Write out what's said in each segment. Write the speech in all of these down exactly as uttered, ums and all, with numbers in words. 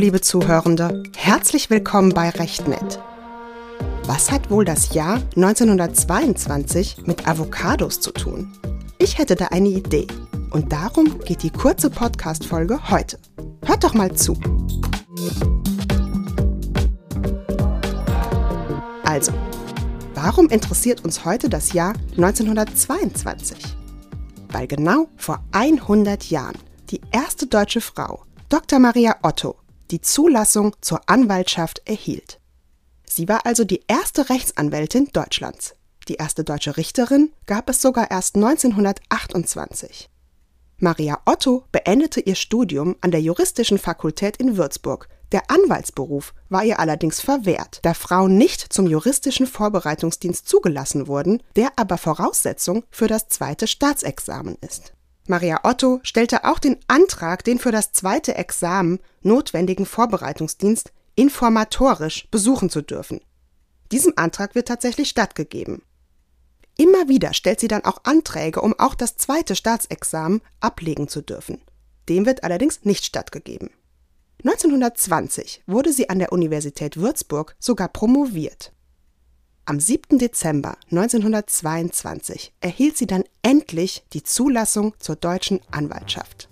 liebe Zuhörende, herzlich willkommen bei RechtNet. Was hat wohl das Jahr neunzehnhundertzweiundzwanzig mit Avocados zu tun? Ich hätte da eine Idee und darum geht die kurze Podcast-Folge heute. Hört doch mal zu. Also, warum interessiert uns heute das Jahr neunzehnhundertzweiundzwanzig? Weil genau vor hundert Jahren die erste deutsche Frau, Doktor Maria Otto, die Zulassung zur Anwaltschaft erhielt. Sie war also die erste Rechtsanwältin Deutschlands. Die erste deutsche Richterin gab es sogar erst neunzehnhundertachtundzwanzig. Maria Otto beendete ihr Studium an der Juristischen Fakultät in Würzburg. Der Anwaltsberuf war ihr allerdings verwehrt, da Frauen nicht zum juristischen Vorbereitungsdienst zugelassen wurden, der aber Voraussetzung für das zweite Staatsexamen ist. Maria Otto stellte auch den Antrag, den für das zweite Examen notwendigen Vorbereitungsdienst informatorisch besuchen zu dürfen. Diesem Antrag wird tatsächlich stattgegeben. Immer wieder stellt sie dann auch Anträge, um auch das zweite Staatsexamen ablegen zu dürfen. Dem wird allerdings nicht stattgegeben. neunzehnhundertzwanzig wurde sie an der Universität Würzburg sogar promoviert. Am siebten Dezember neunzehnhundertzweiundzwanzig erhielt sie dann endlich die Zulassung zur deutschen Anwaltschaft.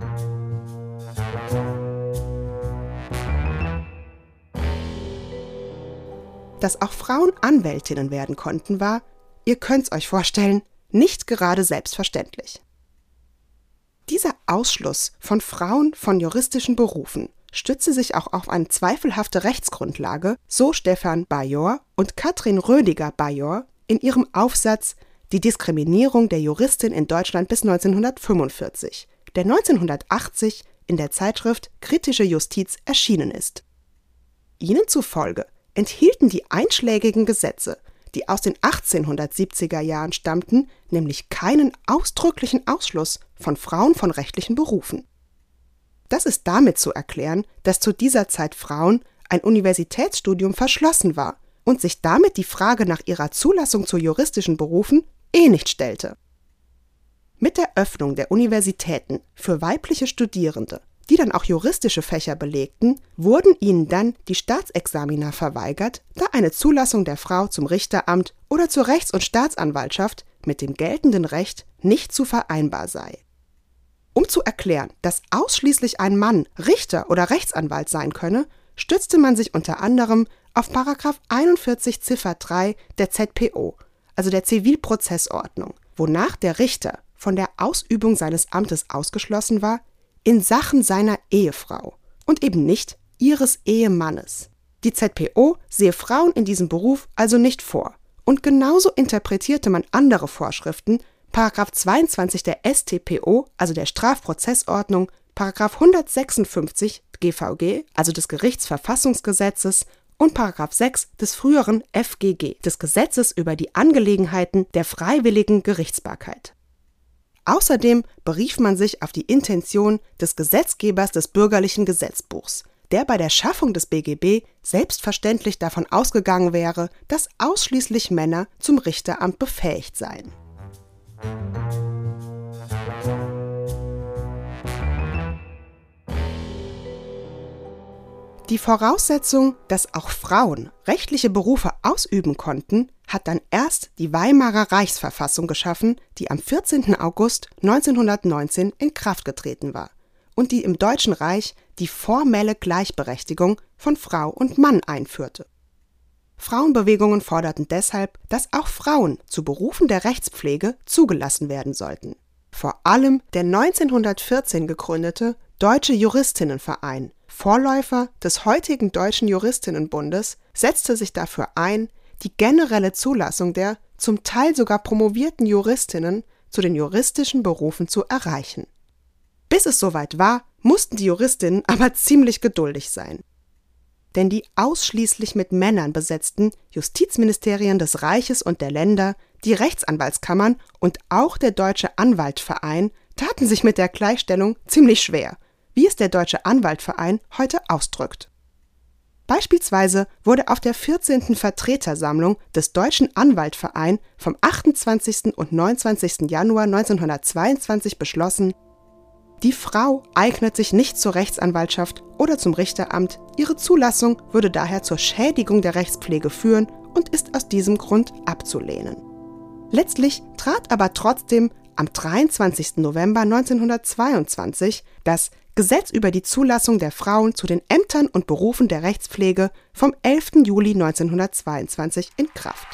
Dass auch Frauen Anwältinnen werden konnten, war, ihr könnt's euch vorstellen, nicht gerade selbstverständlich. Dieser Ausschluss von Frauen von juristischen Berufen stützte sich auch auf eine zweifelhafte Rechtsgrundlage, so Stefan Bajor und Katrin Rödiger-Bajor in ihrem Aufsatz »Die Diskriminierung der Juristin in Deutschland bis neunzehnhundertfünfundvierzig«, der neunzehnhundertachtzig in der Zeitschrift Kritische Justiz erschienen ist. Ihnen zufolge enthielten die einschlägigen Gesetze, die aus den achtzehnhundertsiebziger Jahren stammten, nämlich keinen ausdrücklichen Ausschluss von Frauen von rechtlichen Berufen. Das ist damit zu erklären, dass zu dieser Zeit Frauen ein Universitätsstudium verschlossen war und sich damit die Frage nach ihrer Zulassung zu juristischen Berufen eh nicht stellte. Mit der Öffnung der Universitäten für weibliche Studierende, die dann auch juristische Fächer belegten, wurden ihnen dann die Staatsexamina verweigert, da eine Zulassung der Frau zum Richteramt oder zur Rechts- und Staatsanwaltschaft mit dem geltenden Recht nicht zu vereinbar sei. Um zu erklären, dass ausschließlich ein Mann Richter oder Rechtsanwalt sein könne, stützte man sich unter anderem auf Paragraph einundvierzig Ziffer drei der Z P O, also der Zivilprozessordnung, wonach der Richter von der Ausübung seines Amtes ausgeschlossen war, in Sachen seiner Ehefrau und eben nicht ihres Ehemannes. Die Z P O sehe Frauen in diesem Beruf also nicht vor. Und genauso interpretierte man andere Vorschriften, Paragraph zweiundzwanzig der S t P O, also der Strafprozessordnung, Paragraph hundertsechsundfünfzig G V G, also des Gerichtsverfassungsgesetzes, und Paragraph sechs des früheren F G G, des Gesetzes über die Angelegenheiten der freiwilligen Gerichtsbarkeit. Außerdem berief man sich auf die Intention des Gesetzgebers des Bürgerlichen Gesetzbuchs, der bei der Schaffung des B G B selbstverständlich davon ausgegangen wäre, dass ausschließlich Männer zum Richteramt befähigt seien. Die Voraussetzung, dass auch Frauen rechtliche Berufe ausüben konnten, hat dann erst die Weimarer Reichsverfassung geschaffen, die am vierzehnten August neunzehnhundertneunzehn in Kraft getreten war und die im Deutschen Reich die formelle Gleichberechtigung von Frau und Mann einführte. Frauenbewegungen forderten deshalb, dass auch Frauen zu Berufen der Rechtspflege zugelassen werden sollten. Vor allem der neunzehnhundertvierzehn gegründete Deutsche Juristinnenverein, Vorläufer des heutigen Deutschen Juristinnenbundes, setzte sich dafür ein, die generelle Zulassung der zum Teil sogar promovierten Juristinnen zu den juristischen Berufen zu erreichen. Bis es soweit war, mussten die Juristinnen aber ziemlich geduldig sein. Denn die ausschließlich mit Männern besetzten Justizministerien des Reiches und der Länder, die Rechtsanwaltskammern und auch der Deutsche Anwaltverein taten sich mit der Gleichstellung ziemlich schwer, wie es der Deutsche Anwaltverein heute ausdrückt. Beispielsweise wurde auf der vierzehnten Vertretersammlung des Deutschen Anwaltverein vom achtundzwanzigsten und neunundzwanzigsten Januar neunzehnhundertzweiundzwanzig beschlossen, Die Frau eignet sich nicht zur Rechtsanwaltschaft oder zum Richteramt. Ihre Zulassung würde daher zur Schädigung der Rechtspflege führen und ist aus diesem Grund abzulehnen. Letztlich trat aber trotzdem am dreiundzwanzigsten November neunzehnhundertzweiundzwanzig das Gesetz über die Zulassung der Frauen zu den Ämtern und Berufen der Rechtspflege vom elften Juli neunzehnhundertzweiundzwanzig in Kraft.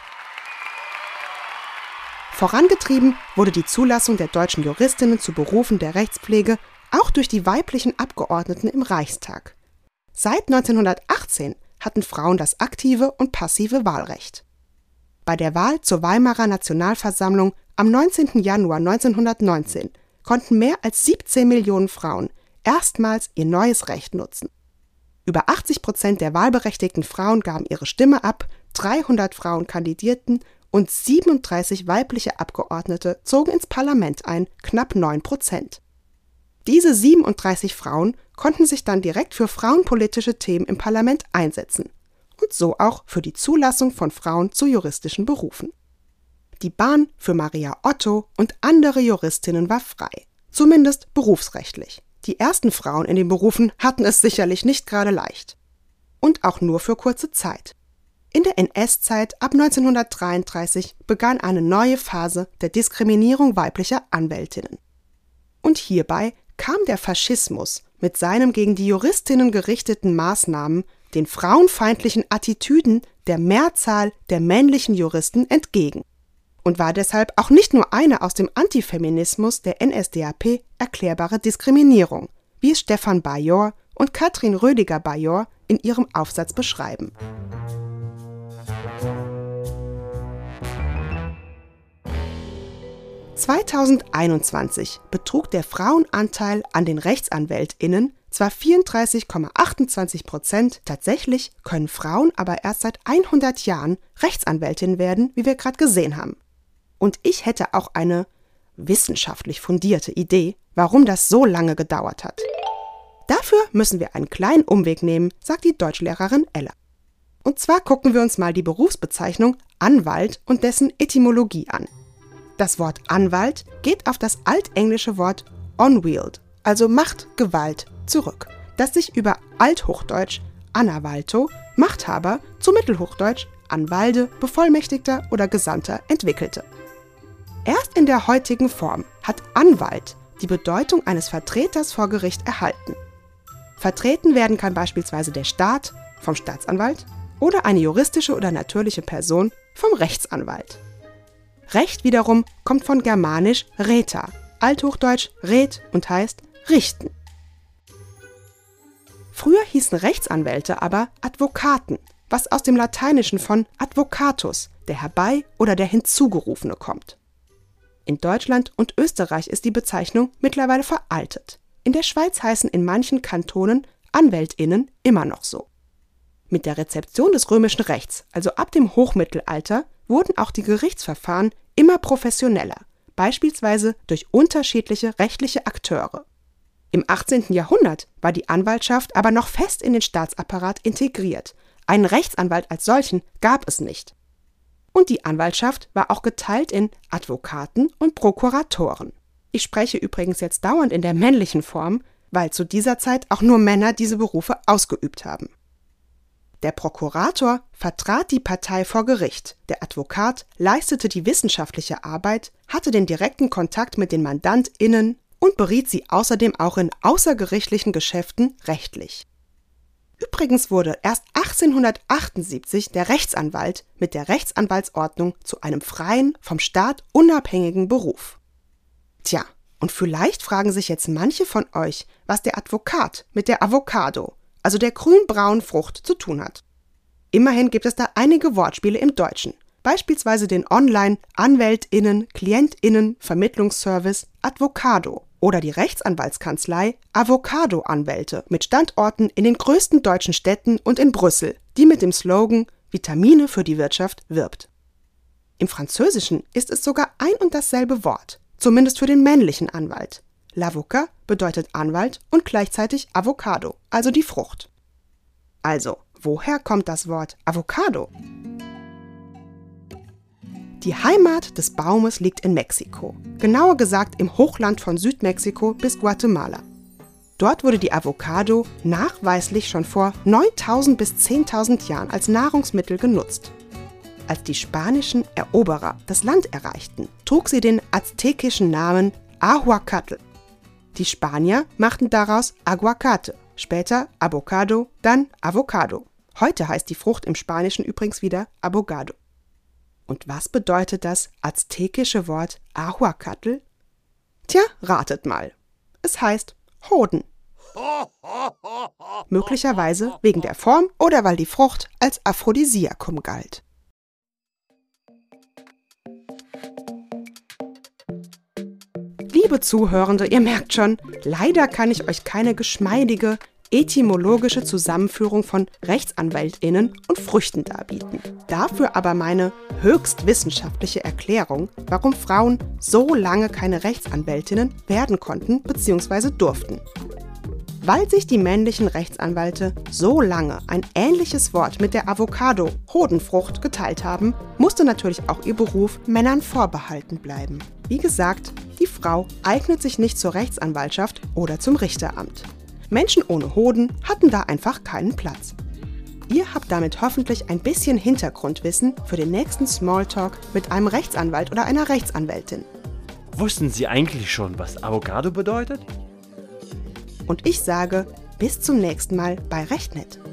Vorangetrieben wurde die Zulassung der deutschen Juristinnen zu Berufen der Rechtspflege auch durch die weiblichen Abgeordneten im Reichstag. Seit neunzehnhundertachtzehn hatten Frauen das aktive und passive Wahlrecht. Bei der Wahl zur Weimarer Nationalversammlung am neunzehnten Januar neunzehnhundertneunzehn konnten mehr als siebzehn Millionen Frauen erstmals ihr neues Recht nutzen. Über achtzig Prozent der wahlberechtigten Frauen gaben ihre Stimme ab, dreihundert Frauen kandidierten und siebenunddreißig weibliche Abgeordnete zogen ins Parlament ein, knapp neun Prozent. Diese siebenunddreißig Frauen konnten sich dann direkt für frauenpolitische Themen im Parlament einsetzen und so auch für die Zulassung von Frauen zu juristischen Berufen. Die Bahn für Maria Otto und andere Juristinnen war frei, zumindest berufsrechtlich. Die ersten Frauen in den Berufen hatten es sicherlich nicht gerade leicht. Und auch nur für kurze Zeit. In der N S-Zeit ab neunzehnhundertdreiunddreißig begann eine neue Phase der Diskriminierung weiblicher Anwältinnen. Und hierbei kam der Faschismus mit seinen gegen die Juristinnen gerichteten Maßnahmen den frauenfeindlichen Attitüden der Mehrzahl der männlichen Juristen entgegen und war deshalb auch nicht nur eine aus dem Antifeminismus der N S D A P erklärbare Diskriminierung, wie es Stefan Bajor und Katrin Rödiger-Bajor in ihrem Aufsatz beschreiben. zweitausendeinundzwanzig betrug der Frauenanteil an den RechtsanwältInnen zwar vierunddreißig Komma achtundzwanzig Prozent, tatsächlich können Frauen aber erst seit hundert Jahren Rechtsanwältin werden, wie wir gerade gesehen haben. Und ich hätte auch eine wissenschaftlich fundierte Idee, warum das so lange gedauert hat. Dafür müssen wir einen kleinen Umweg nehmen, sagt die Deutschlehrerin Ella. Und zwar gucken wir uns mal die Berufsbezeichnung Anwalt und dessen Etymologie an. Das Wort Anwalt geht auf das altenglische Wort onwield, also Macht, Gewalt, zurück, das sich über Althochdeutsch Anawalto, Machthaber, zu Mittelhochdeutsch Anwalde, Bevollmächtigter oder Gesandter entwickelte. Erst in der heutigen Form hat Anwalt die Bedeutung eines Vertreters vor Gericht erhalten. Vertreten werden kann beispielsweise der Staat vom Staatsanwalt oder eine juristische oder natürliche Person vom Rechtsanwalt. Recht wiederum kommt von germanisch reta, althochdeutsch red und heißt richten. Früher hießen Rechtsanwälte aber Advokaten, was aus dem Lateinischen von advocatus, der herbei oder der Hinzugerufene kommt. In Deutschland und Österreich ist die Bezeichnung mittlerweile veraltet. In der Schweiz heißen in manchen Kantonen AnwältInnen immer noch so. Mit der Rezeption des römischen Rechts, also ab dem Hochmittelalter, wurden auch die Gerichtsverfahren immer professioneller, beispielsweise durch unterschiedliche rechtliche Akteure. Im achtzehnten Jahrhundert war die Anwaltschaft aber noch fest in den Staatsapparat integriert. Einen Rechtsanwalt als solchen gab es nicht. Und die Anwaltschaft war auch geteilt in Advokaten und Prokuratoren. Ich spreche übrigens jetzt dauernd in der männlichen Form, weil zu dieser Zeit auch nur Männer diese Berufe ausgeübt haben. Der Prokurator vertrat die Partei vor Gericht, der Advokat leistete die wissenschaftliche Arbeit, hatte den direkten Kontakt mit den MandantInnen und beriet sie außerdem auch in außergerichtlichen Geschäften rechtlich. Übrigens wurde erst achtzehnhundertachtundsiebzig der Rechtsanwalt mit der Rechtsanwaltsordnung zu einem freien, vom Staat unabhängigen Beruf. Tja, und vielleicht fragen sich jetzt manche von euch, was der Advokat mit der Avocado, also der grün-braunen Frucht, zu tun hat. Immerhin gibt es da einige Wortspiele im Deutschen, beispielsweise den Online-AnwältInnen-KlientInnen-Vermittlungsservice Advocado oder die Rechtsanwaltskanzlei Avocado-Anwälte mit Standorten in den größten deutschen Städten und in Brüssel, die mit dem Slogan Vitamine für die Wirtschaft wirbt. Im Französischen ist es sogar ein und dasselbe Wort, zumindest für den männlichen Anwalt. L'avocat bedeutet Anwalt und gleichzeitig Avocado, also die Frucht. Also, woher kommt das Wort Avocado? Die Heimat des Baumes liegt in Mexiko, genauer gesagt im Hochland von Südmexiko bis Guatemala. Dort wurde die Avocado nachweislich schon vor neuntausend bis zehntausend Jahren als Nahrungsmittel genutzt. Als die spanischen Eroberer das Land erreichten, trug sie den aztekischen Namen Ahuacatl. Die Spanier machten daraus Aguacate, später Avocado, dann Avocado. Heute heißt die Frucht im Spanischen übrigens wieder Abogado. Und was bedeutet das aztekische Wort Ahuacatl? Tja, ratet mal. Es heißt Hoden. Möglicherweise wegen der Form oder weil die Frucht als Aphrodisiakum galt. Liebe Zuhörende, ihr merkt schon, leider kann ich euch keine geschmeidige, etymologische Zusammenführung von RechtsanwältInnen und Früchten darbieten. Dafür aber meine höchst wissenschaftliche Erklärung, warum Frauen so lange keine Rechtsanwältinnen werden konnten bzw. durften. Weil sich die männlichen Rechtsanwälte so lange ein ähnliches Wort mit der Avocado, Hodenfrucht, geteilt haben, musste natürlich auch ihr Beruf Männern vorbehalten bleiben. Wie gesagt, die Frau eignet sich nicht zur Rechtsanwaltschaft oder zum Richteramt. Menschen ohne Hoden hatten da einfach keinen Platz. Ihr habt damit hoffentlich ein bisschen Hintergrundwissen für den nächsten Smalltalk mit einem Rechtsanwalt oder einer Rechtsanwältin. Wussten Sie eigentlich schon, was Avocado bedeutet? Und ich sage, bis zum nächsten Mal bei RechtNet.